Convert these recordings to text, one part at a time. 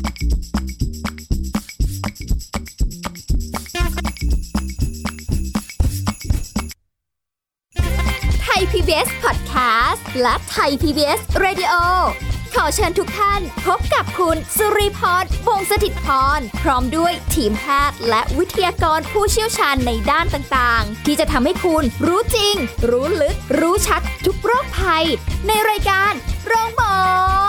ไทย PBS Podcast และ Thai PBS Radio ขอเชิญทุกท่านพบกับคุณสุริพร วงศ์สถิตย์พรพร้อมด้วยทีมแพทย์และวิทยากรผู้เชี่ยวชาญในด้านต่างๆที่จะทำให้คุณรู้จริงรู้ลึกรู้ชัดทุกโรคภัยในรายการโรงหมอ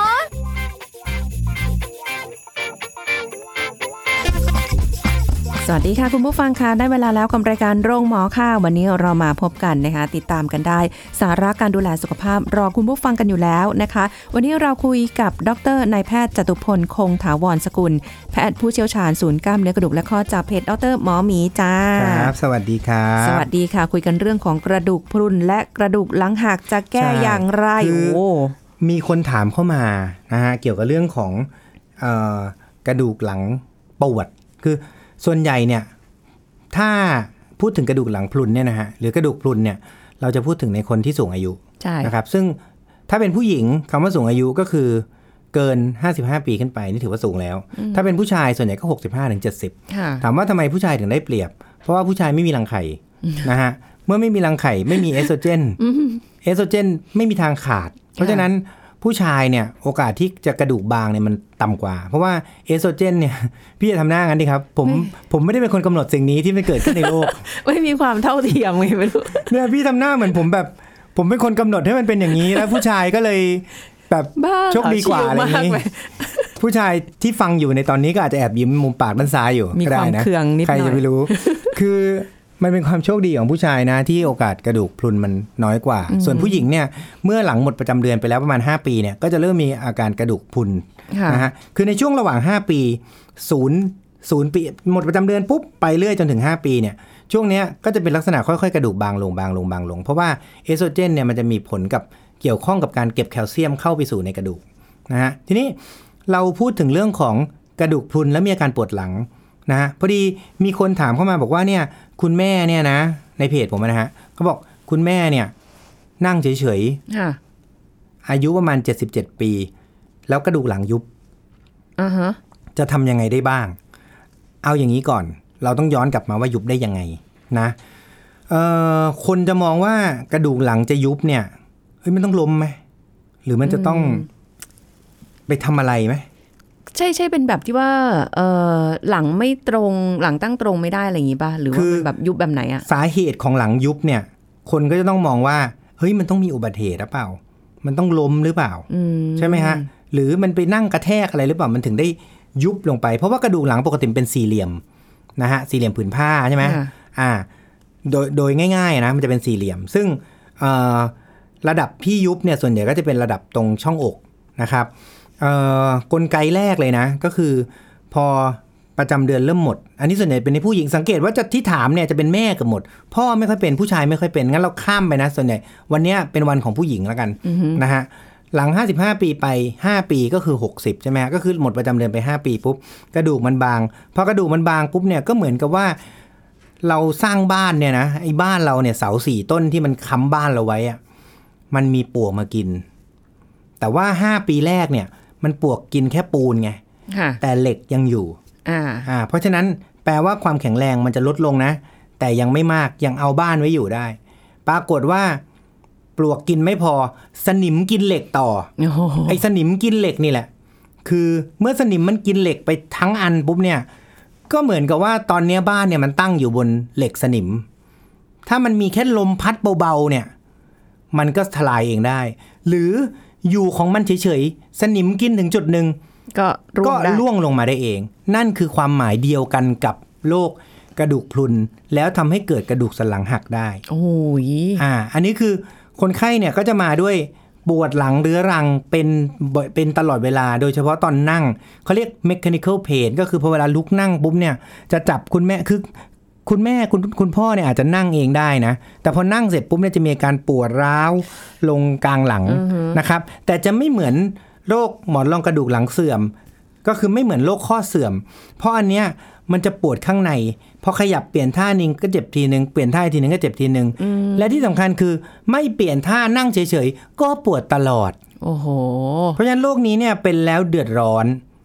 สวัสดีค่ะคุณผู้ฟังค่ะได้เวลาแล้วกับรายการโรงหมอค่ะวันนี้เรามาพบกันนะคะติดตามกันได้สาระการดูแลสุขภาพรอคุณผู้ฟังกันอยู่แล้วนะคะวันนี้เราคุยกับดร.นายแพทย์จตุพลคงถาวรสกุลแพทย์ผู้เชี่ยวชาญศูนย์กล้ามเนื้อกระดูกและข้อจากเพจดร.หมอหมีจ้าครับสวัสดีครับสวัสดีค่ะคุยกันเรื่องของกระดูกพรุนและกระดูกหลังหักจะแก้อย่างไรโอ้มีคนถามเข้ามานะฮะเกี่ยวกับเรื่องของกระดูกหลังปวดคือส่วนใหญ่เนี่ยถ้าพูดถึงกระดูกหลังพรุนเนี่ยนะฮะหรือกระดูกพรุนเนี่ยเราจะพูดถึงในคนที่สูงอายุนะครับซึ่งถ้าเป็นผู้หญิงคำว่าสูงอายุก็คือเกิน55ปีขึ้นไปนี่ถือว่าสูงแล้วถ้าเป็นผู้ชายส่วนใหญ่ก็65ถึง70ถามว่าทำไมผู้ชายถึงได้เปรียบเพราะว่าผู้ชายไม่มีรังไข่นะฮะเมื่อไม่มีรังไข่ไม่มีเอสโตรเจนไม่มีทางขาดเพราะฉะนั้นผู้ชายเนี่ยโอกาสที่จะกระดูกบางเนี่ยมันต่ำกว่าเพราะว่าเอสโตรเจนเนี่ยพี่จะทำหน้างั้นดิครับผมไม่ได้เป็นคนกำหนดสิ่งนี้ที่มันเกิดขึ้นในโลกไม่มีความเท่าเทียมไงไม่รู้เนี่ยพี่ทำหน้าเหมือนผมเป็นคนกำหนดให้มันเป็นอย่างนี้แล้วผู้ชายก็เลยแบบโชคดีกว่าอะไรอย่างนี้ผู้ชายที่ฟังอยู่ในตอนนี้ก็อาจจะแอบยิ้มมุมปากด้านซ้ายอยู่มีความเคืองนิดหน่อยใครจะไปรู้ คือมันเป็นความโชคดีของผู้ชายนะที่โอกาสกระดูกพรุนมันน้อยกว่าส่วนผู้หญิงเนี่ยเมื่อหลังหมดประจำเดือนไปแล้วประมาณ5ปีเนี่ยก็จะเริ่มมีอาการกระดูกพรุนนะฮะคือในช่วงระหว่าง5ปี0ปีหมดประจำเดือนปุ๊บไปเรื่อยจนถึง5ปีเนี่ยช่วงนี้ก็จะเป็นลักษณะค่อยๆกระดูกบางลงเพราะว่าเอสโตรเจนเนี่ยมันจะมีผลกับเกี่ยวข้องกับการเก็บแคลเซียมเข้าไปสู่ในกระดูกนะฮะทีนี้เราพูดถึงเรื่องของกระดูกพรุนแล้วมีอาการปวดหลังนะพอดีมีคนถามเข้ามาบอกว่าเนี่ยคุณแม่เนี่ยนะในเพจผมนะฮะเขาบอกคุณแม่เนี่ยนั่งเฉยๆอายุประมาณ77ปีแล้วกระดูกหลังยุบจะทำยังไงได้บ้างเอาอย่างนี้ก่อนเราต้องย้อนกลับมาว่ายุบได้ยังไงนะคนจะมองว่ากระดูกหลังจะยุบเนี่ยเฮ้ยมันต้องล้มไหมหรือมันจะต้องไปทำอะไรไหมใช่เป็นแบบที่ว่าหลังไม่ตรงหลังตั้งตรงไม่ได้อะไรอย่างงี้ป่ะหรือว่าแบบยุบแบบไหนอะสาเหตุของหลังยุบเนี่ยคนก็จะต้องมองว่าเฮ้ยมันต้องมีอุบัติเหตุหรือเปล่ามันต้องล้มหรือเปล่าใช่ไหมฮะหรือมันไปนั่งกระแทกอะไรหรือเปล่ามันถึงได้ยุบลงไปเพราะว่ากระดูกหลังปกติเป็นสี่เหลี่ยมนะฮะสี่เหลี่ยมผืนผ้าใช่ไหมโดยง่ายๆนะมันจะเป็นสี่เหลี่ยมซึ่งระดับที่ยุบเนี่ยส่วนใหญ่ก็จะเป็นระดับตรงช่องอกนะครับกลไกแรกเลยนะก็คือพอประจำเดือนเริ่มหมดอันนี้ส่วนใหญ่เป็นในผู้หญิงสังเกตว่าจะที่ถามเนี่ยจะเป็นแม่กับหมดพ่อไม่ค่อยเป็นผู้ชายไม่ค่อยเป็นงั้นเราข้ามไปนะส่วนใหญ่วันนี้เป็นวันของผู้หญิงแล้วกันนะฮะหลัง55ปีไป5ปีก็คือ60ใช่ไหมก็คือหมดประจำเดือนไป5ปีปุ๊บกระดูกมันบางพอกระดูกมันบางปุ๊บเนี่ยก็เหมือนกับว่าเราสร้างบ้านเนี่ยนะไอ้บ้านเราเนี่ยเสา4ต้นที่มันค้ำบ้านเราไว้อะมันมีปลวกมากินแต่ว่า5ปีแรกเนี่ยมันปลวกกินแค่ปูนไงแต่เหล็กยังอยู่เพราะฉะนั้นแปลว่าความแข็งแรงมันจะลดลงนะแต่ยังไม่มากยังเอาบ้านไว้อยู่ได้ปรากฏว่าปลวกกินไม่พอสนิมกินเหล็กต่อไอ้สนิมกินเหล็กนี่แหละคือเมื่อสนิมมันกินเหล็กไปทั้งอันปุ๊บเนี่ยก็เหมือนกับว่าตอนนี้บ้านเนี่ยมันตั้งอยู่บนเหล็กสนิมถ้ามันมีแค่ลมพัดเบาๆเนี่ยมันก็ทลายเองได้หรืออยู่ของมันเฉยๆสนิมกินถึงจุดหนึ่งก็ร่วงลงมาได้เองนั่นคือความหมายเดียวกันกับโรคกระดูกพรุนแล้วทำให้เกิดกระดูกสันหลังหักได้โอ้ยอันนี้คือคนไข้เนี่ยก็จะมาด้วยปวดหลังเรื้อรังเป็นตลอดเวลาโดยเฉพาะตอนนั่งเขาเรียก mechanical pain ก็คือพอเวลาลุกนั่งปุ๊บเนี่ยจะจับคุณแม่คือคุณแม่คุณพ่อเนี่ยอาจจะนั่งเองได้นะแต่พอนั่งเสร็จปุ๊บเนี่ยจะมีอาการปวดร้าวลงกลางหลังนะครับแต่จะไม่เหมือนโรคหมอนรองกระดูกหลังเสื่อมก็คือไม่เหมือนโรคข้อเสื่อมเพราะอันเนี้ยมันจะปวดข้างในพอขยับเปลี่ยนท่านึงก็เจ็บทีนึงเปลี่ยนท่าทีนึงก็เจ็บทีนึงและที่สำคัญคือไม่เปลี่ยนท่านั่งเฉยๆก็ปวดตลอดโอ้โหเพราะฉะนั้นโรคนี้เนี่ยเป็นแล้วเดือดร้อน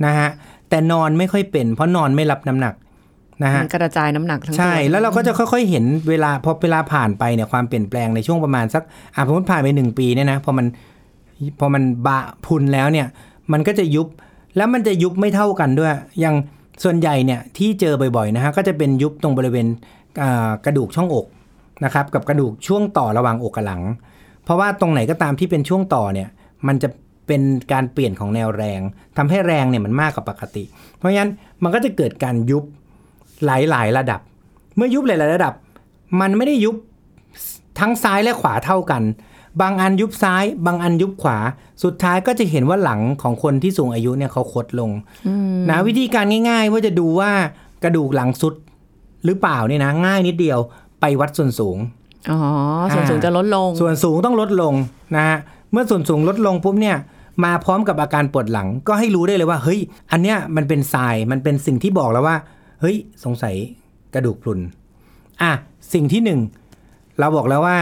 นะฮะแต่นอนไม่ค่อยเป็นเพราะนอนไม่รับน้ำหนักนะฮะกระจายน้ำหนักทั้งตัวใช่แล้วเราก็จะค่อยๆเห็นเวลาพอเวลาผ่านไปเนี่ยความเปลี่ยนแปลงในช่วงประมาณสักสมมติผ่านไป1 ปีเนี่ยนะพอมันบะพุนแล้วเนี่ยมันก็จะยุบแล้วมันจะยุบไม่เท่ากันด้วยอย่างส่วนใหญ่เนี่ยที่เจอบ่อยๆนะฮะก็จะเป็นยุบตรงบริเวณกระดูกช่องอกนะครับกับกระดูกช่วงต่อระหว่างอกกับหลังเพราะว่าตรงไหนก็ตามที่เป็นช่วงต่อเนี่ยมันจะเป็นการเปลี่ยนของแนวแรงทำให้แรงเนี่ยมันมากกว่าปกติเพราะฉะนั้นมันก็จะเกิดการยุบหลายๆระดับเมื่อยุบหลายๆระดับมันไม่ได้ยุบทั้งซ้ายและขวาเท่ากันบางอันยุบซ้ายบางอันยุบขวาสุดท้ายก็จะเห็นว่าหลังของคนที่สูงอายุเนี่ยเขาคดลงนะวิธีการง่ายๆว่าจะดูว่ากระดูกหลังสุดหรือเปล่าเนี่ยนะง่ายนิดเดียวไปวัดส่วนสูงส่วนสูงจะลดลงส่วนสูงต้องลดลงนะฮะเมื่อส่วนสูงลดลงปุ๊บเนี่ยมาพร้อมกับอาการปวดหลังก็ให้รู้ได้เลยว่าเฮ้ยอันเนี้ยมันเป็นทรายมันเป็นสิ่งที่บอกแล้วว่าเฮ้ยสงสัยกระดูกพรุนสิ่งที่1เราบอกแล้วว่า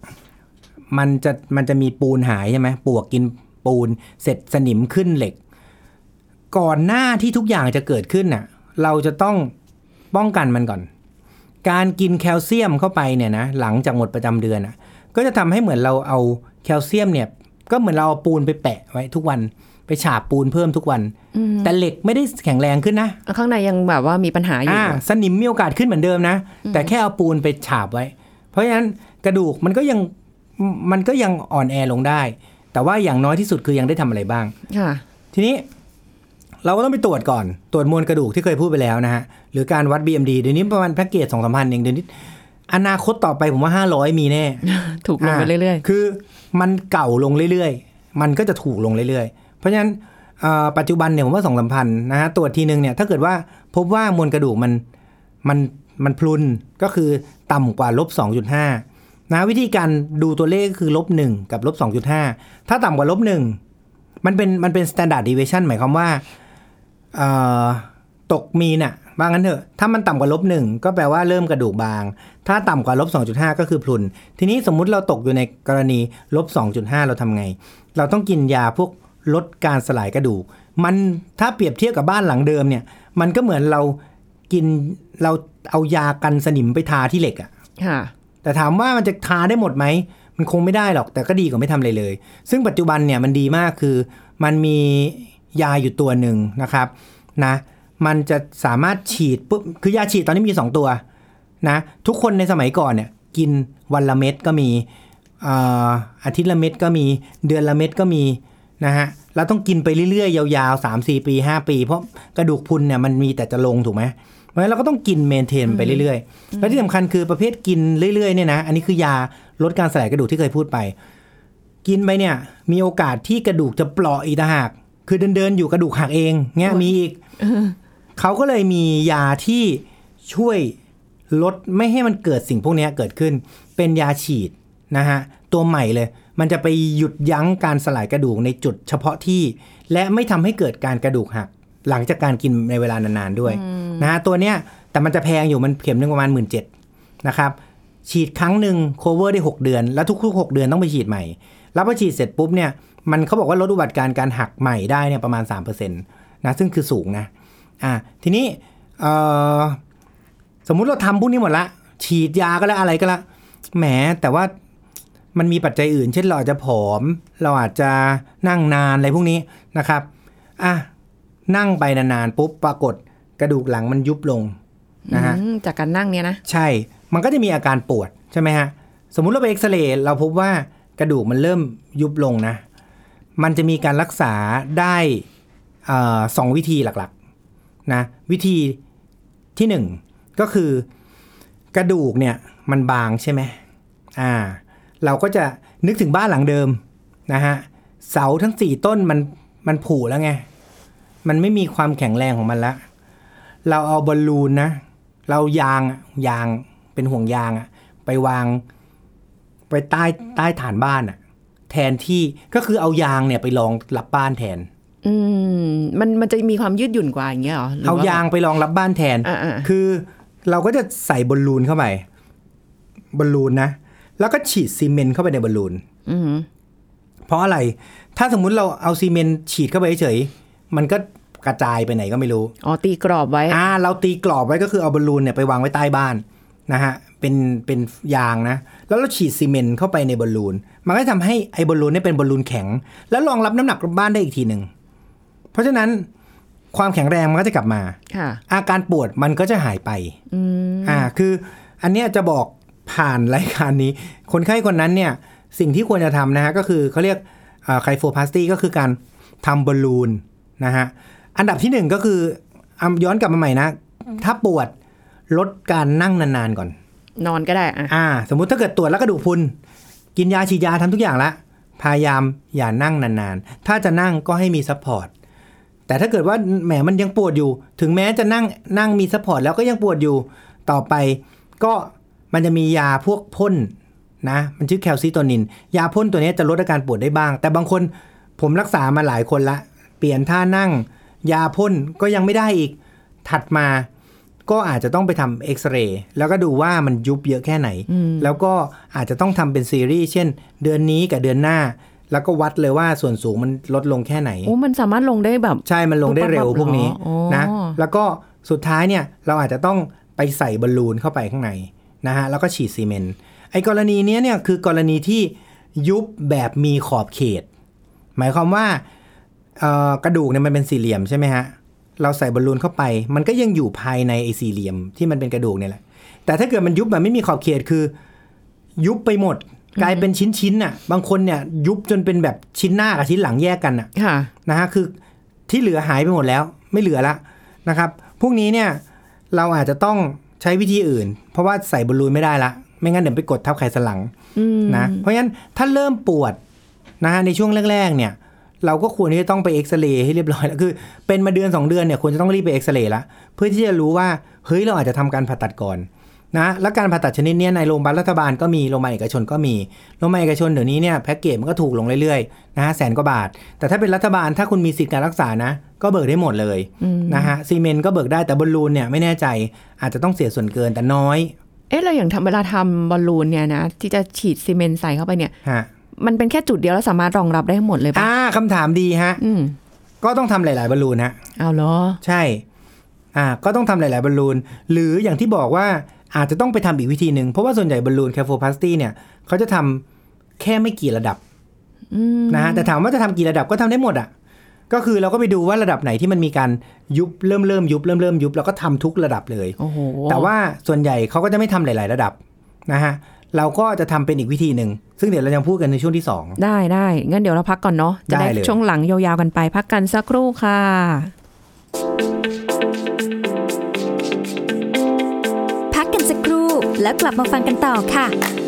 มันจะมีปูนหายใช่ไหมปวกกินปูนเสร็จสนิมขึ้นเหล็กก่อนหน้าที่ทุกอย่างจะเกิดขึ้นน่ะเราจะต้องป้องกันมันก่อนการกินแคลเซียมเข้าไปเนี่ยนะหลังจากหมดประจำเดือนก็จะทำให้เหมือนเราเอาแคลเซียมเนี่ยก็เหมือนเราเอาปูนไปแปะไว้ทุกวันไปฉาบปูนเพิ่มทุกวันแต่เหล็กไม่ได้แข็งแรงขึ้นนะข้างในยังแบบว่ามีปัญหาอยู่สนิมมีโอกาสขึ้นเหมือนเดิมนะแต่แค่เอาปูนไปฉาบไว้เพราะฉะนั้นกระดูกมันก็ยังอ่อนแอลงได้แต่ว่าอย่างน้อยที่สุดคือยังได้ทำอะไรบ้างทีนี้เราก็ต้องไปตรวจก่อนตรวจมวลกระดูกที่เคยพูดไปแล้วนะฮะหรือการวัด BMD เดี๋ยวนี้ประมาณแพ็กเกจ 2-3,000 เองเดี๋ยวนี้อนาคตต่อไปผมว่า500มีแน่ถูกลงไปเรื่อยๆคือมันเก่าลงเรื่อยๆมันก็จะถูกลงเรื่อยๆเพราะฉะนั้นปัจจุบันเนี่ยผมว่า 2-3,000 นะฮะตรวจทีนึงเนี่ยถ้าเกิดว่าพบว่ามวลกระดูกมันพรุนก็คือต่ำกว่า -2.5 นะวิธีการดูตัวเลขคือ -1 กับ -2.5 ถ้าต่ำกว่า -1 มันเป็น standard deviation หมายความว่าตกมีน่ะว่างั้นเถอะถ้ามันต่ำกว่า -1 ก็แปลว่าเริ่มกระดูกบางถ้าต่ำกว่า -2.5 ก็คือพรุนทีนี้สมมุติเราตกอยู่ในกรณี -2.5 เราทำไงเราต้องกินยาพวกลดการสลายกระดูกมันถ้าเปรียบเทียบกับบ้านหลังเดิมเนี่ยมันก็เหมือนเราเอายากันสนิมไปทาที่เหล็กแต่ถามว่ามันจะทาได้หมดไหมมันคงไม่ได้หรอกแต่ก็ดีกว่าไม่ทำอะไรเลยซึ่งปัจจุบันเนี่ยมันดีมากคือมันมียาอยู่ตัวหนึ่งนะครับนะมันจะสามารถฉีดปุ๊บคือยาฉีดตอนนี้มี2ตัวนะทุกคนในสมัยก่อนเนี่ยกินวันละเม็ดก็มีอาทิตย์ละเม็ดก็มีเดือนละเม็ดก็มีนะฮะเราต้องกินไปเรื่อยๆยาวๆ 3-4 ปี 5 ปีเพราะกระดูกพรุนเนี่ยมันมีแต่จะลงถูกไหมเพราะฉะนั้นเราก็ต้องกินเมนเทนไปเรื่อยๆและที่สำคัญคือประเภทกินเรื่อยๆเนี่ยนะอันนี้คือยาลดการสลายกระดูกที่เคยพูดไปกินไปเนี่ยมีโอกาสที่กระดูกจะเปราะอีกต่างหากคือเดินอยู่กระดูกหักเองเงี้ยมีอีกเขาก็เลยมียาที่ช่วยลดไม่ให้มันเกิดสิ่งพวกนี้เกิดขึ้นเป็นยาฉีดนะฮะตัวใหม่เลยมันจะไปหยุดยั้งการสลายกระดูกในจุดเฉพาะที่และไม่ทำให้เกิดการกระดูกหักหลังจากการกินในเวลานานๆด้วยนะฮะตัวเนี้ยแต่มันจะแพงอยู่มันเข็มนึงประมาณ 17,000 นะครับฉีดครั้งหนึ่ง cover ได้6 เดือนแล้วทุกๆ6 เดือนต้องไปฉีดใหม่แล้วพอฉีดเสร็จปุ๊บเนี่ยมันเขาบอกว่าลดอุบัติการหักใหม่ได้เนี่ยประมาณ 3% นะซึ่งคือสูงนะทีนี้สมมุติเราทำพวกนี้หมดละฉีดยาก็แล้วอะไรก็แล้วแหมแต่ว่ามันมีปัจจัยอื่นเช่นเราอาจจะผอมเราอาจจะนั่งนานอะไรพวกนี้นะครับนั่งไปนานๆปุ๊บปรากฏกระดูกหลังมันยุบลงนะฮะจากการนั่งเนี่ยนะใช่มันก็จะมีอาการปวดใช่ไหมฮะสมมุติเราไปเอ็กซเรย์เราพบว่ากระดูกมันเริ่มยุบลงนะมันจะมีการรักษาได้2 วิธีหลักๆนะวิธีที่1ก็คือกระดูกเนี่ยมันบางใช่ไหมเราก็จะนึกถึงบ้านหลังเดิมนะฮะเสาทั้ง4ต้นมันผุแล้วไงมันไม่มีความแข็งแรงของมันแล้วเราเอาบอลลูนนะเรายางเป็นห่วงยางไปวางไปใต้ฐานบ้านแทนที่ก็คือเอายางเนี่ยไปรองรับบ้านแทนมันจะมีความยืดหยุ่นกว่าอย่างเงี้ยเหรอเอายางไปรองรับบ้านแทนคือเราก็จะใส่บอลลูนเข้าไปบอลลูนนะแล้วก็ฉีดซีเมนต์เข้าไปในบอลลูนเพราะอะไรถ้าสมมุติเราเอาซีเมนต์ฉีดเข้าไปเฉยมันก็กระจายไปไหนก็ไม่รู้ตีกรอบไว้เราตีกรอบไว้ก็คือเอาบอลลูนเนี่ยไปวางไว้ใต้บ้านนะฮะเป็นยางนะแล้วเราฉีดซีเมนต์เข้าไปในบอลลูนมันก็ทำให้ไอ้บอลลูนนี่เป็นบอลลูนแข็งแล้วรองรับน้ำหนักบ้านได้อีกทีนึงเพราะฉะนั้นความแข็งแรงมันก็จะกลับมาอาการปวดมันก็จะหายไปคืออันเนี้ยจะบอกผ่านรายการนี้คนไข้คนนั้นเนี่ยสิ่งที่ควรจะทำนะฮะก็คือเขาเรียกไคโฟพลาสตีก็คือการทำบอลลูนนะฮะอันดับที่1ก็คือย้อนกลับมาใหม่นะถ้าปวดลดการนั่งนานๆก่อนนอนก็ได้สมมุติถ้าเกิดตรวจแล้วกระดูกพรุนกินยาฉีดยาทำทุกอย่างละพยายามอย่านั่งนานๆถ้าจะนั่งก็ให้มีซัพพอร์ตแต่ถ้าเกิดว่าแหมมันยังปวดอยู่ถึงแม้จะนั่งมีซัพพอร์ตแล้วก็ยังปวดอยู่ต่อไปก็มันจะมียาพวกพ่นนะมันชื่อแคลซิโตนินยาพ่นตัวนี้จะลดอาการปวดได้บ้างแต่บางคนผมรักษามาหลายคนละเปลี่ยนท่านั่งยาพ่นก็ยังไม่ได้อีกถัดมาก็อาจจะต้องไปทำเอ็กซเรย์แล้วก็ดูว่ามันยุบเยอะแค่ไหนแล้วก็อาจจะต้องทำเป็นซีรีส์เช่นเดือนนี้กับเดือนหน้าแล้วก็วัดเลยว่าส่วนสูงมันลดลงแค่ไหนมันสามารถลงได้แบบใช่มันลงได้เร็วพวกนี้นะแล้วก็สุดท้ายเนี่ยเราอาจจะต้องไปใส่บอลลูนเข้าไปข้างในนะฮะแล้วก็ฉีดซีเมนต์ไอ้กรณีนี้เนี่ยคือกรณีที่ยุบแบบมีขอบเขตหมายความว่ากระดูกเนี่ยมันเป็นสี่เหลี่ยมใช่ไหมฮะเราใส่บอลลูนเข้าไปมันก็ยังอยู่ภายในไอ้สี่เหลี่ยมที่มันเป็นกระดูกเนี่ยแหละแต่ถ้าเกิดมันยุบแบบไม่มีขอบเขตคือยุบไปหมดกลายเป็นชิ้นๆน่ะบางคนเนี่ยยุบจนเป็นแบบชิ้นหน้ากับชิ้นหลังแยกกันน่ะนะฮะคือที่เหลือหายไปหมดแล้วไม่เหลือละนะครับพวกนี้เนี่ยเราอาจจะต้องใช้วิธีอื่นเพราะว่าใส่บอลลูนไม่ได้ละไม่งั้นเดี๋ยวไปกดทับไขสันหลังนะเพราะฉะนั้นถ้าเริ่มปวดนะฮะในช่วงแรกๆเนี่ยเราก็ควรที่จะต้องไปเอ็กซเรย์ให้เรียบร้อยแล้วคือเป็นมาเดือน2เดือนเนี่ยควรจะต้องรีบไปเอ็กซเรย์ละเพื่อที่จะรู้ว่าเฮ้ยเราอาจจะทำการผ่าตัดก่อนนะและการผ่าตัดชนิดนี้ในโรงพยาบาลรัฐบาลก็มีโรงพยาบาลเอกชนก็มีโรงพยาบาลเอกชนเดี๋ยวนี้เนี่ยแพ็กเกจมันก็ถูกลงเรื่อยๆนะฮะ100,000 กว่าบาทแต่ถ้าเป็นรัฐบาลถ้าคุณมีสิทธิการรักษานะก็เบิกได้หมดเลยนะฮะซีเมนต์ก็เบิกได้แต่บอลลูนเนี่ยไม่แน่ใจอาจจะต้องเสียส่วนเกินแต่น้อยเราอย่างเวลาทำบอลลูนเนี่ยนะที่จะฉีดซีเมนต์ใส่เข้าไปเนี่ยมันเป็นแค่จุดเดียวแล้วสามารถรองรับได้หมดเลยป่ะคำถามดีฮะก็ต้องทำหลายๆบอลลูนฮะเอาเหรอใช่ก็ต้องทำหลายๆบอลลูนหรืออย่างที่บอกว่าอาจจะต้องไปทำอีกวิธีหนึ่งเพราะว่าส่วนใหญ่บอลลูนแคโฟพลาสตีเนี่ยเขาจะทำแค่ไม่กี่ระดับนะฮะแต่ถามว่าจะทำกี่ระดับก็ทำได้หมดอ่ะก็คือเราก็ไปดูว่าระดับไหนที่มันมีการยุบเริ่มยุบยุบแล้วก็ทำทุกระดับเลยแต่ว่าส่วนใหญ่เขาก็จะไม่ทำหลายๆระดับนะฮะเราก็จะทำเป็นอีกวิธีหนึ่งซึ่งเดี๋ยวเราจะพูดกันในช่วงที่2 ได้งั้นเดี๋ยวเราพักก่อนเนาะจะได้ช่วงหลังยาวๆกันไปพักกันสักครู่ค่ะพักกันสักครู่แล้วกลับมาฟังกันต่อค่ะ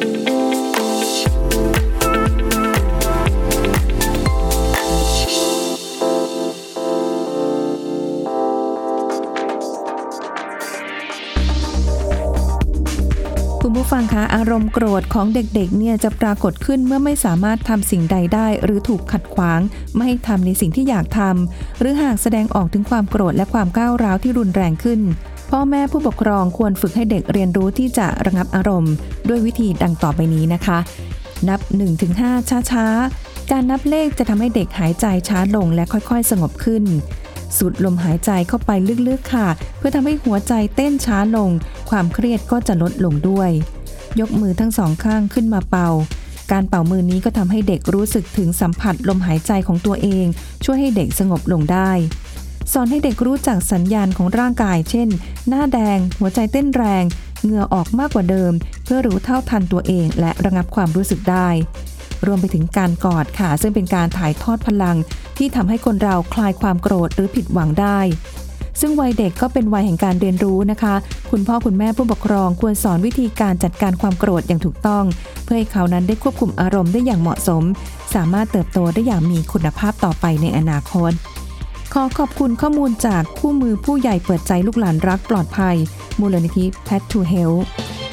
คุณผู้ฟังคะอารมณ์โกรธของเด็กๆเนี่ยจะปรากฏขึ้นเมื่อไม่สามารถทำสิ่งใดได้หรือถูกขัดขวางไม่ให้ทำในสิ่งที่อยากทำหรือหากแสดงออกถึงความโกรธและความก้าวร้าวที่รุนแรงขึ้นพ่อแม่ผู้ปกครองควรฝึกให้เด็กเรียนรู้ที่จะระงับอารมณ์ด้วยวิธีดังต่อไปนี้นะคะนับ 1-5 ช้าๆการนับเลขจะทำให้เด็กหายใจช้าลงและค่อยๆสงบขึ้นสูดลมหายใจเข้าไปลึกๆค่ะเพื่อทำให้หัวใจเต้นช้าลงความเครียดก็จะลดลงด้วยยกมือทั้ง2ข้างขึ้นมาเป่าการเป่ามือนี้ก็ทำให้เด็กรู้สึกถึงสัมผัสลมหายใจของตัวเองช่วยให้เด็กสงบลงได้สอนให้เด็กรู้จักสัญญาณของร่างกายเช่นหน้าแดงหัวใจเต้นแรงเหงื่อออกมากกว่าเดิมเพื่อรู้เท่าทันตัวเองและระงับความรู้สึกได้รวมไปถึงการกอดค่ะซึ่งเป็นการถ่ายทอดพลังที่ทำให้คนเราคลายความโกรธหรือผิดหวังได้ซึ่งวัยเด็กก็เป็นวัยแห่งการเรียนรู้นะคะคุณพ่อคุณแม่ผู้ปกครองควรสอนวิธีการจัดการความโกรธอย่างถูกต้องเพื่อให้เขานั้นได้ควบคุมอารมณ์ได้อย่างเหมาะสมสามารถเติบโตได้อย่างมีคุณภาพต่อไปในอนาคตขอขอบคุณข้อมูลจากคู่มือผู้ใหญ่เปิดใจลูกหลานรักปลอดภัยมูลนิธิ Path to Health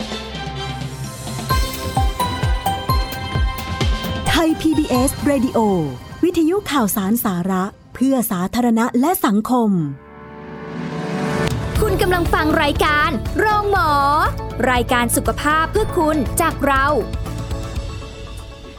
ไทย PBS Radio วิทยุข่าวสารสาระเพื่อสาธารณะและสังคมคุณกำลังฟังรายการโรงหมอรายการสุขภาพเพื่อคุณจากเรา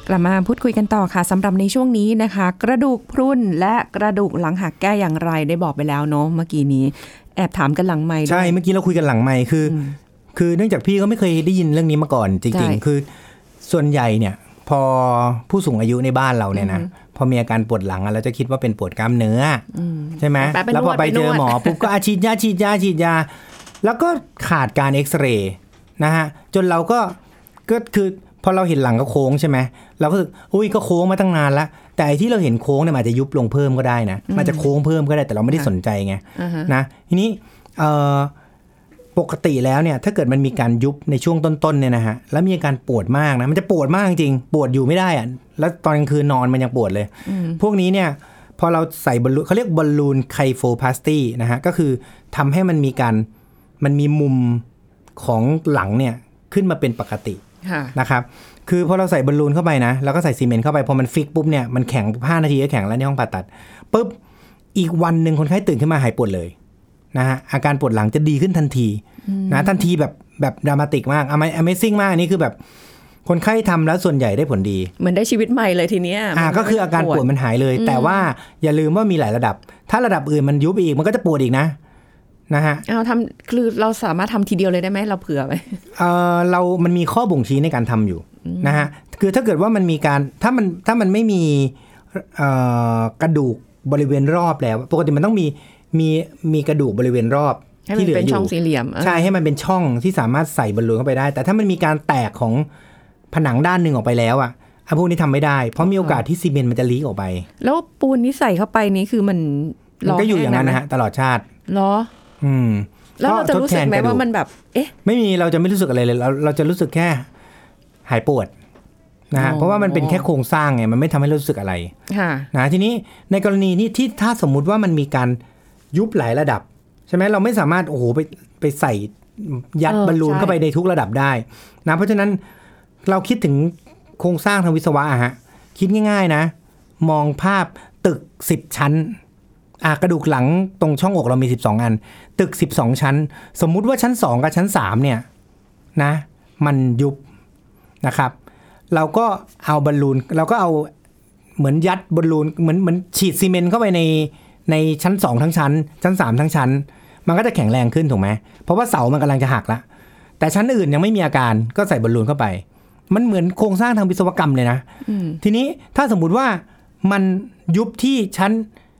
กลับมาพูดคุยกันต่อค่ะสำหรับในช่วงนี้นะคะกระดูกพรุนและกระดูกหลังหักแก้อย่างไรได้บอกไปแล้วเนาะเมื่อกี้นี้แอบถามกันหลังไมค์ใช่เมื่อกี้เราคุยกันหลังไมค์คือเนื่องจากพี่ก็ไม่เคยได้ยินเรื่องนี้มาก่อนจริงๆคือส่วนใหญ่เนี่ยพอผู้สูงอายุในบ้านเราเนี่ยนะพอมีอาการปวดหลังเราจะคิดว่าเป็นปวดกล้ามเนื้อใช่ไหมแล้วพอไปเจอหมอปุ๊บก็ฉีดยาแล้วก็ขาดการเอ็กซเรย์นะฮะจนเราก็คือพอเราเห็นหลังก็โค้งใช่ไหมเราก็รู้สึกอุ้ยก็โค้งมาตั้งนานแล้วแต่ไอ้ที่เราเห็นโค้งเนี่ยมันอาจจะยุบลงเพิ่มก็ได้นะมันจะโค้งเพิ่มก็ได้แต่เราไม่ได้สนใจไงนะทีนี้ปกติแล้วเนี่ยถ้าเกิดมันมีการยุบในช่วงต้นๆเนี่ยนะฮะแล้วมีอาการปวดมากนะมันจะปวดมากจริงปวดอยู่ไม่ได้อะแล้วตอนกลางคืนนอนมันยังปวดเลยพวกนี้เนี่ยพอเราใส่บอลลูนเขาเรียกบอลลูนไคโฟพลาสตีนะฮะก็คือทำให้มันมีมุมของหลังเนี่ยขึ้นมาเป็นปกตินะครับคือพอเราใส่บอลลูนเข้าไปนะแล้วก็ใส่ซีเมนต์เข้าไปพอมันฟิกปุ๊บเนี่ยมันแข็ง5 นาทีก็แข็งแล้วในห้องผ่าตัดปุ๊บอีกวันนึงคนไข้ตื่นขึ้นมาหายปวดเลยนะฮะอาการปวดหลังจะดีขึ้นทันทีนะทันทีแบบดรามาติกมากAmazing มากอันนี้คือแบบคนไข้ทำแล้วส่วนใหญ่ได้ผลดีเหมือนได้ชีวิตใหม่เลยทีเนี้ยก็คืออาการปวดมันหายเลยแต่ว่าอย่าลืมว่ามีหลายระดับถ้าระดับอื่นมันยุบอีกมันก็จะปวดอีกนะฮะคือเราสามารถทำทีเดียวเลยได้ไหมเราเผื่อไหมมันมีข้อบ่งชี้ในการทำอยู่นะฮะคือถ้าเกิดว่ามันมีการถ้ามันไม่มีกระดูกบริเวณรอบแล้วปกติมันต้องมีกระดูกบริเวณรอบที่เหลืออยู่เป็นช่องสี่เหลี่ยมใช่ให้มันเป็นช่องที่สามารถใส่บอลลูนเข้าไปได้แต่ถ้ามันมีการแตกของผนังด้านหนึ่งออกไปแล้วพวกนี้ทำไม่ได้เพราะมีโอกาสที่ซีเมนต์มันจะลีกออกไปแล้วปูนนี้ใส่เข้าไปนี้คือมันก็อยู่อย่างนั้นนะฮะตลอดชาติเหรอแล้วเราจะรู้สึกไหมว่ามันแบบไม่มีเราจะไม่รู้สึกอะไรเลยเราจะรู้สึกแค่หายปวดนะฮะเพราะว่ามันเป็นแค่โครงสร้างไงมันไม่ทำให้รู้สึกอะไรนะทีนี้ในกรณีนี้ที่ถ้าสมมุติว่ามันมีการยุบหลายระดับใช่ไหมเราไม่สามารถไปใส่ยัดบอลลูนเข้าไปในทุกระดับได้นะเพราะฉะนั้นเราคิดถึงโครงสร้างทางวิศวะคิดง่ายๆนะมองภาพตึก10 ชั้นกระดูกหลังตรงช่องอกเรามี12 อันตึก12 ชั้นสมมุติว่าชั้น2กับชั้น3เนี่ยนะมันยุบนะครับเราก็เอาบอลลูนเราก็เอาเหมือนยัดบอลลูนเหมือนฉีดซีเมนต์เข้าไปในชั้น2ทั้งชั้น3ทั้งชั้นมันก็จะแข็งแรงขึ้นถูกไหมเพราะว่าเสามันกำลังจะหักละแต่ชั้นอื่นยังไม่มีอาการก็ใส่บอลลูนเข้าไปมันเหมือนโครงสร้างทางวิศวกรรมเลยนะทีนี้ถ้าสมมุติว่ามันยุบที่ชั้น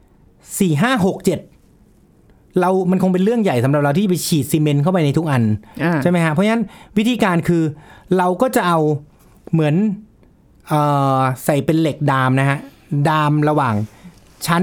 4 5 6 7มันคงเป็นเรื่องใหญ่สำหรับเราที่ไปฉีดซีเมนต์เข้าไปในทุกอันใช่ไหมฮะเพราะฉะนั้นวิธีการคือเราก็จะเอาเหมือนใส่เป็นเหล็กดามนะฮะดามระหว่างชั้น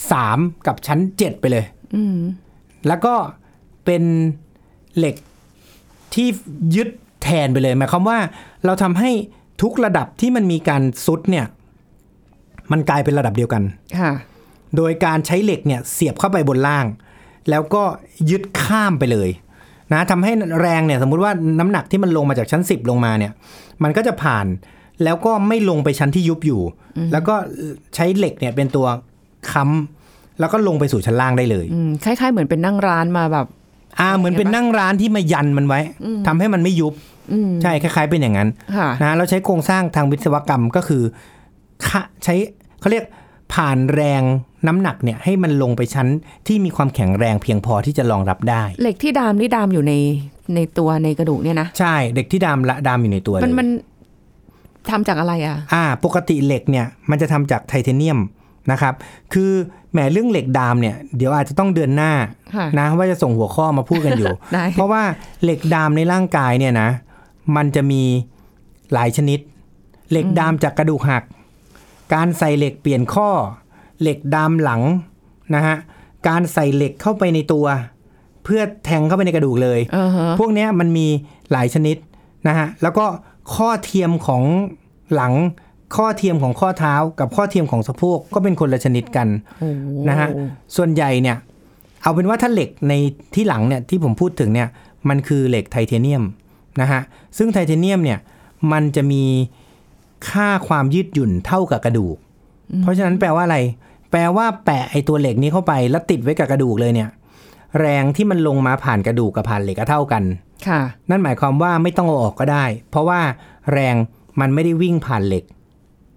3กับชั้น7ไปเลยแล้วก็เป็นเหล็กที่ยึดแทนไปเลยหมายความว่าเราทำให้ทุกระดับที่มันมีการซุดเนี่ยมันกลายเป็นระดับเดียวกันโดยการใช้เหล็กเนี่ยเสียบเข้าไปบนล่างแล้วก็ยึดข้ามไปเลยนะทำให้แรงเนี่ยสมมุติว่าน้ำหนักที่มันลงมาจากชั้น10ลงมาเนี่ยมันก็จะผ่านแล้วก็ไม่ลงไปชั้นที่ยุบอยู่แล้วก็ใช้เหล็กเนี่ยเป็นตัวค้ำแล้วก็ลงไปสู่ชั้นล่างได้เลยคล้ายๆเหมือนเป็นนั่งร้านมาแบบเหมือนเป็นนั่งร้านที่มายันมันไว้ทำให้มันไม่ยุบใช่คล้ายๆเป็นอย่างนั้นนะเราใช้โครงสร้างทางวิศวกรรมก็คือใช้เขาเรียกผ่านแรงน้ำหนักเนี่ยให้มันลงไปชั้นที่มีความแข็งแรงเพียงพอที่จะรองรับได้เหล็กที่ดามนี่ดามอยู่ในตัวในกระดูกเนี่ยนะใช่เหล็กที่ดามอยู่ในตัวเลยมันทำจากอะไรปกติเหล็กเนี่ยมันจะทำจากไทเทเนียมนะครับคือแหมเรื่องเหล็กดามเนี่ยเดี๋ยวอาจจะต้องเดือนหน้านะว่าจะส่งหัวข้อมาพูดกันอยู่ เพราะว่าเหล็กดามในร่างกายเนี่ยนะมันจะมีหลายชนิดเหล็กดามจากกระดูกหักการใส่เหล็กเปลี่ยนข้อเหล็กดามหลังนะฮะการใส่เหล็กเข้าไปในตัวเพื่อแทงเข้าไปในกระดูกเลย พวกนี้มันมีหลายชนิดนะฮะแล้วก็ข้อเทียมของหลังข้อเทียมของข้อเท้ากับข้อเทียมของสะโพกก็เป็นคนละชนิดกันนะฮะส่วนใหญ่เนี่ยเอาเป็นว่าถ้าเหล็กในที่หลังเนี่ยที่ผมพูดถึงเนี่ยมันคือเหล็กไทเทเนียมนะฮะซึ่งไทเทเนียมเนี่ยมันจะมีค่าความยืดหยุ่นเท่ากับกระดูกเพราะฉะนั้นแปลว่าอะไรแปลว่าแปะไอตัวเหล็กนี้เข้าไปแล้วติดไว้กับกระดูกเลยเนี่ยแรงที่มันลงมาผ่านกระดูกกับผ่านเหล็กก็เท่ากันนั่นหมายความว่าไม่ต้องเอาออกก็ได้เพราะว่าแรงมันไม่ได้วิ่งผ่านเหล็ก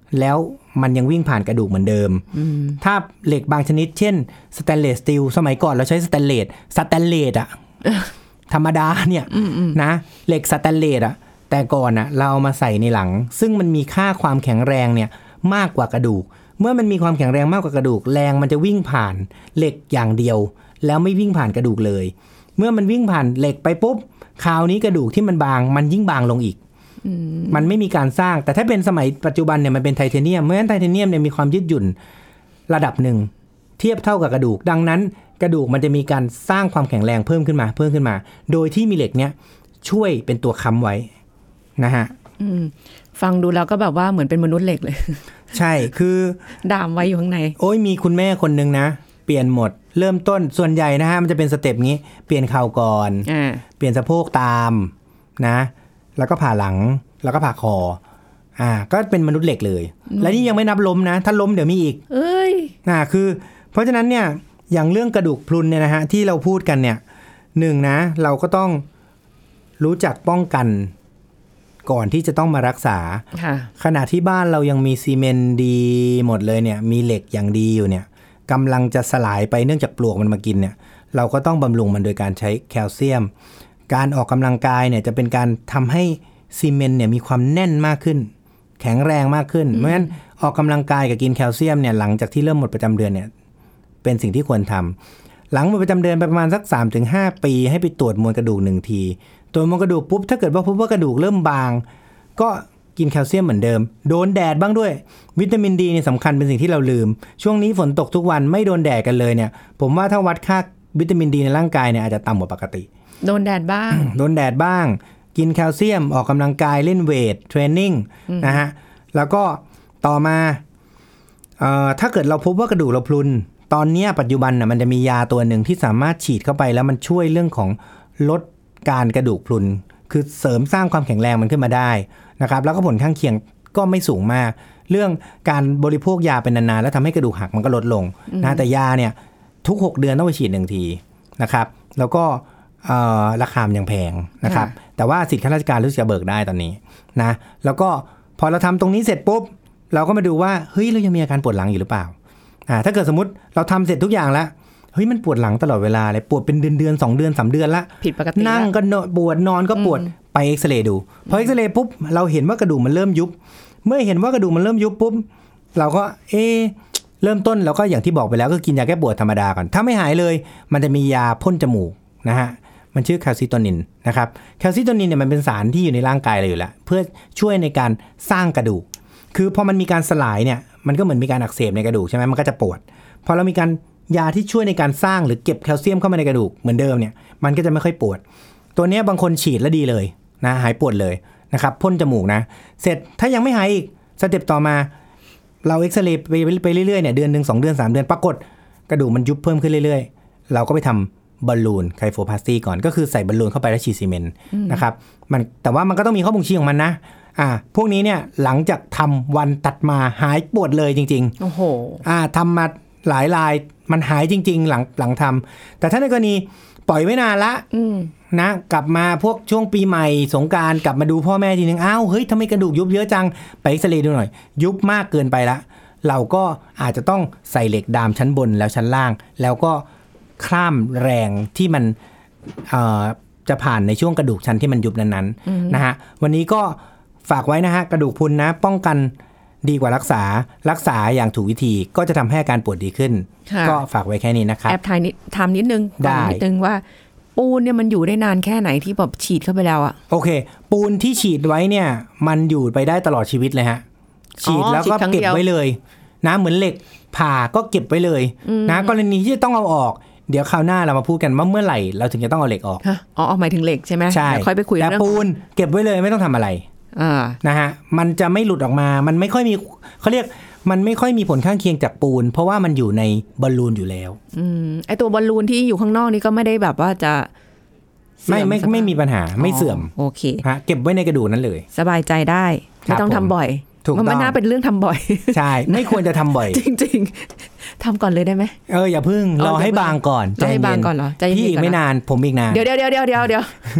แล้วมันยังวิ่งผ่านกระดูกเหมือนเดิมถ้าเหล็กบางชนิดเช่นสแตนเลสสตีลสมัยก่อนเราใช้สแตนเลสอะ ธรรมดาเนี่ยนะเหล็กสแตนเลสอะแต่ก่อนอะเราเอามาใส่ในหลังซึ่งมันมีค่าความแข็งแรงเนี่ยมากกว่ากระดูกเมื่อมันมีความแข็งแรงมากกว่ากระดูกแรงมันจะวิ่งผ่านเหล็กอย่างเดียวแล้วไม่วิ่งผ่านกระดูกเลยเมื่อมันวิ่งผ่านเหล็กไปปุ๊บคราวนี้กระดูกที่มันบางมันยิ่งบางลงอีกมันไม่มีการสร้างแต่ถ้าเป็นสมัยปัจจุบันเนี่ยมันเป็นไทเทเนียมเพราะฉะนั้นไทเทเนียมเนี่ยมีความยืดหยุ่นระดับหนึ่งเทียบเท่ากับกระดูกดังนั้นกระดูกมันจะมีการสร้างความแข็งแรงเพิ่มขึ้นมาโดยที่มีเหล็กเนี่ยช่วยเป็นตัวค้ำไว้นะฮะฟังดูแล้วก็แบบว่าเหมือนเป็นมนุษย์เหล็กเลยใช่คือดามไว้อยู่ข้างในโอ้ยมีคุณแม่คนนึงนะเปลี่ยนหมดเริ่มต้นส่วนใหญ่นะฮะมันจะเป็นสเต็ปงี้เปลี่ยนเข่าก่อนเปลี่ยนสะโพกตามนะแล้วก็ผ่าหลังแล้วก็ผ่าคอก็เป็นมนุษย์เหล็กเลยและนี่ยังไม่นับล้มนะถ้าล้มเดี๋ยวมีอีกคือเพราะฉะนั้นเนี่ยอย่างเรื่องกระดูกพรุนเนี่ยนะฮะที่เราพูดกันเนี่ยหนึ่งนะเราก็ต้องรู้จักป้องกันก่อนที่จะต้องมารักษาขณะที่บ้านเรายังมีซีเมนต์ดีหมดเลยเนี่ยมีเหล็กอย่างดีอยู่เนี่ยกำลังจะสลายไปเนื่องจากปลวกมันมากินเนี่ยเราก็ต้องบำรุงมันโดยการใช้แคลเซียมการออกกำลังกายเนี่ยจะเป็นการทำให้ซีเมนต์เนี่ยมีความแน่นมากขึ้นแข็งแรงมากขึ้นเพราะฉะนั้นออกกำลังกายกับกินแคลเซียมเนี่ยหลังจากที่เริ่มหมดประจำเดือนเนี่ยเป็นสิ่งที่ควรทำหลังหมดประจำเดือนไปประมาณสัก 3-5 ปีให้ไปตรวจมวลกระดูก1ทีตรวจมวลกระดูกปุ๊บถ้าเกิดว่าพบว่ากระดูกเริ่มบางก็กินแคลเซียมเหมือนเดิมโดนแดดบ้างด้วยวิตามินดีเนี่ยสำคัญเป็นสิ่งที่เราลืมช่วงนี้ฝนตกทุกวันไม่โดนแดดกันเลยเนี่ยผมว่าถ้าวัดค่าวิตามินดีในร่างกายเนี่ยอาจจะต่ำกว่าปกติโดนแดดบ้างโดนแดดบ้างกินแคลเซียมออกกำลังกายเล่นเวทเทรนนิ่งนะฮะแล้วก็ต่อมาถ้าเกิดเราพบว่ากระดูกเราพรุนตอนนี้ปัจจุบันน่ะมันจะมียาตัวหนึ่งที่สามารถฉีดเข้าไปแล้วมันช่วยเรื่องของลดการกระดูกพรุนคือเสริมสร้างความแข็งแรงมันขึ้นมาได้นะครับแล้วก็ผลข้างเคียงก็ไม่สูงมากเรื่องการบริโภคยาเป็นนานๆแล้วทำให้กระดูกหักมันก็ลดลงนะแต่ยาเนี่ยทุก6เดือนต้องไปฉีด1ทีนะครับแล้วก็ราคามันยังแพงนะครับแต่ว่าสิทธิข้าราชการรู้สึกจะเบิกได้ตอนนี้นะแล้วก็พอเราทำตรงนี้เสร็จปุ๊บเราก็มาดูว่าเฮ้ยเรายังมีอาการปวดหลังอยู่หรือเปล่าถ้าเกิดสมมติเราทำเสร็จทุกอย่างแล้วเฮ้ยมันปวดหลังตลอดเวลาเลยปวดเป็นเดือน2เดือน3เดือนละผิดปกตินั่งก็ปวดนอนก็ปวดไปเอ็กซเรย์ดูพอเอ็กซเรย์ปุ๊บเราเห็นว่ากระดูกมันเริ่มยุบเมื่อเห็นว่ากระดูกมันเริ่มยุบปุ๊บเราก็เริ่มต้นเราก็อย่างที่บอกไปแล้วก็กินยาแก้ปวดธรรมดาก่อนถ้าไม่หายเลยมันจะมียาพ่นจมูกนะฮะมันชื่อแคลซิโตนินนะครับแคลซิโตนินเนี่ยมันเป็นสารที่อยู่ในร่างกายเราอยู่แล้วเพื่อช่วยในการสร้างกระดูกคือพอมันมีการสลายเนี่ยมันก็เหมือนมีการอักเสบในกระดูกใช่ไหมมันก็จะปวดพอเรามีการยาที่ช่วยในการสร้างหรือเก็บแคลเซียมเข้ามาในกระดูกเหมือนเดิมเนี่ยมันก็จะไม่ค่อยปวดตัวนี้บางคนฉีดแล้วดีเลยนะหายปวดเลยนะครับพ่นจมูกนะเสร็จถ้ายังไม่หายอีกสเต็ปต่อมาเราเอ็กซเรย์ไปเรื่อยๆเนี่ยเดือนนึง2เดือน3เดือนปรากฏกระดูกมันยุบเพิ่มขึ้นเรื่อยๆเราก็ไปทำบอลลูนไคโฟพลาสตีก่อนก็คือใส่บอลลูนเข้าไปแล้วฉีดซีเมนต์นะครับมันแต่ว่ามันก็ต้องมีข้อบ่งชี้ของมันนะพวกนี้เนี่ยหลังจากทำวันตัดมาหายปวดเลยจริงๆโอ้โหทำมาหลายรายมันหายจริงๆหลังทำแต่ถ้าในกรณีปล่อยไว้นานละนะกลับมาพวกช่วงปีใหม่สงกรานต์กลับมาดูพ่อแม่ทีนึงอ้าวเฮ้ยทำไมกระดูกยุบเยอะจังไปเอ็กซเรย์ดูหน่อยยุบมากเกินไปละเราก็อาจจะต้องใส่เหล็กดามชั้นบนแล้วชั้นล่างแล้วก็ข้ามแรงที่มันจะผ่านในช่วงกระดูกชั้นที่มันยุบนั้นๆนะฮะวันนี้ก็ฝากไว้นะฮะกระดูกพรุนนะป้องกันดีกว่ารักษาอย่างถูกวิธีก็จะทำให้อาการปวดดีขึ้นก็ฝากไว้แค่นี้นะครับแอบถามนิดนึงว่าปูนเนี่ยมันอยู่ได้นานแค่ไหนที่แบบฉีดเข้าไปแล้วอะโอเคปูนที่ฉีดไว้เนี่ยมันอยู่ไปได้ตลอดชีวิตเลยฮะฉีดแล้วก็เก็บไว้เลยนะเหมือนเหล็กผ่าก็เก็บไว้เลยนะกรณีที่จะต้องเอาออกเดี๋ยวคราวหน้าเรามาพูดกันว่าเมื่อไหร่เราถึงจะต้องเอาเหล็กออกหมายถึงเหล็กใช่ไหมใช่ค่อยไปคุยแต่ปูนเก็บไว้เลยไม่ต้องทำอะไรนะฮะมันจะไม่หลุดออกมามันไม่ค่อยมีเขาเรียกมันไม่ค่อยมีผลข้างเคียงจากปูนเพราะว่ามันอยู่ในบอลลูนอยู่แล้วไอตัวบอลลูนที่อยู่ข้างนอกนี่ก็ไม่ได้แบบว่าจะไม่มีปัญหาไม่เสื่อมโอเคฮะเก็บไว้ในกระดูกนั้นเลยสบายใจได้ไม่ต้องทำบ่อยมันไม่น่าเป็นเรื่องทำบ่อยใช่ไม่ควรจะทำบ่อยจริงๆทำก่อนเลยได้ไหมอย่าพึ่งรอให้บางก่อนใจให้บางก่อนเหรอพี่อีกไม่นานผมอีกนานเดี๋ยว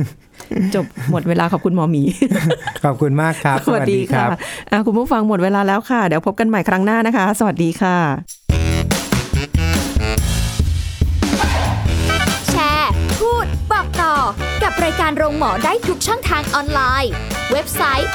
จบหมดเวลาขอบคุณหมอหมีขอบคุณมากครับสวัสดีค่ะคุณผู้ฟังหมดเวลาแล้วค่ะเดี๋ยวพบกันใหม่ครั้งหน้านะคะสวัสดีค่ะแชร์พูดบอกต่อกับรายการโรงหมอได้ทุกช่องทางออนไลน์เว็บไซต์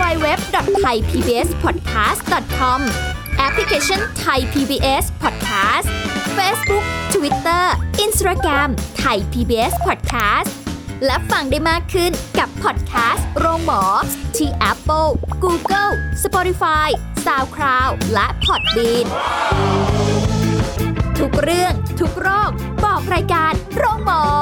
www.thaipbspodcast.com แอปพลิเคชัน Thai PBS Podcast Facebook Twitter Instagram Thai PBS Podcast และฟังได้มากขึ้นกับพอดแคสต์โรงหมอที่ Apple, Google, Spotify, SoundCloud และ Podbean ทุกเรื่องทุกโรคบอกรายการโรงหมอ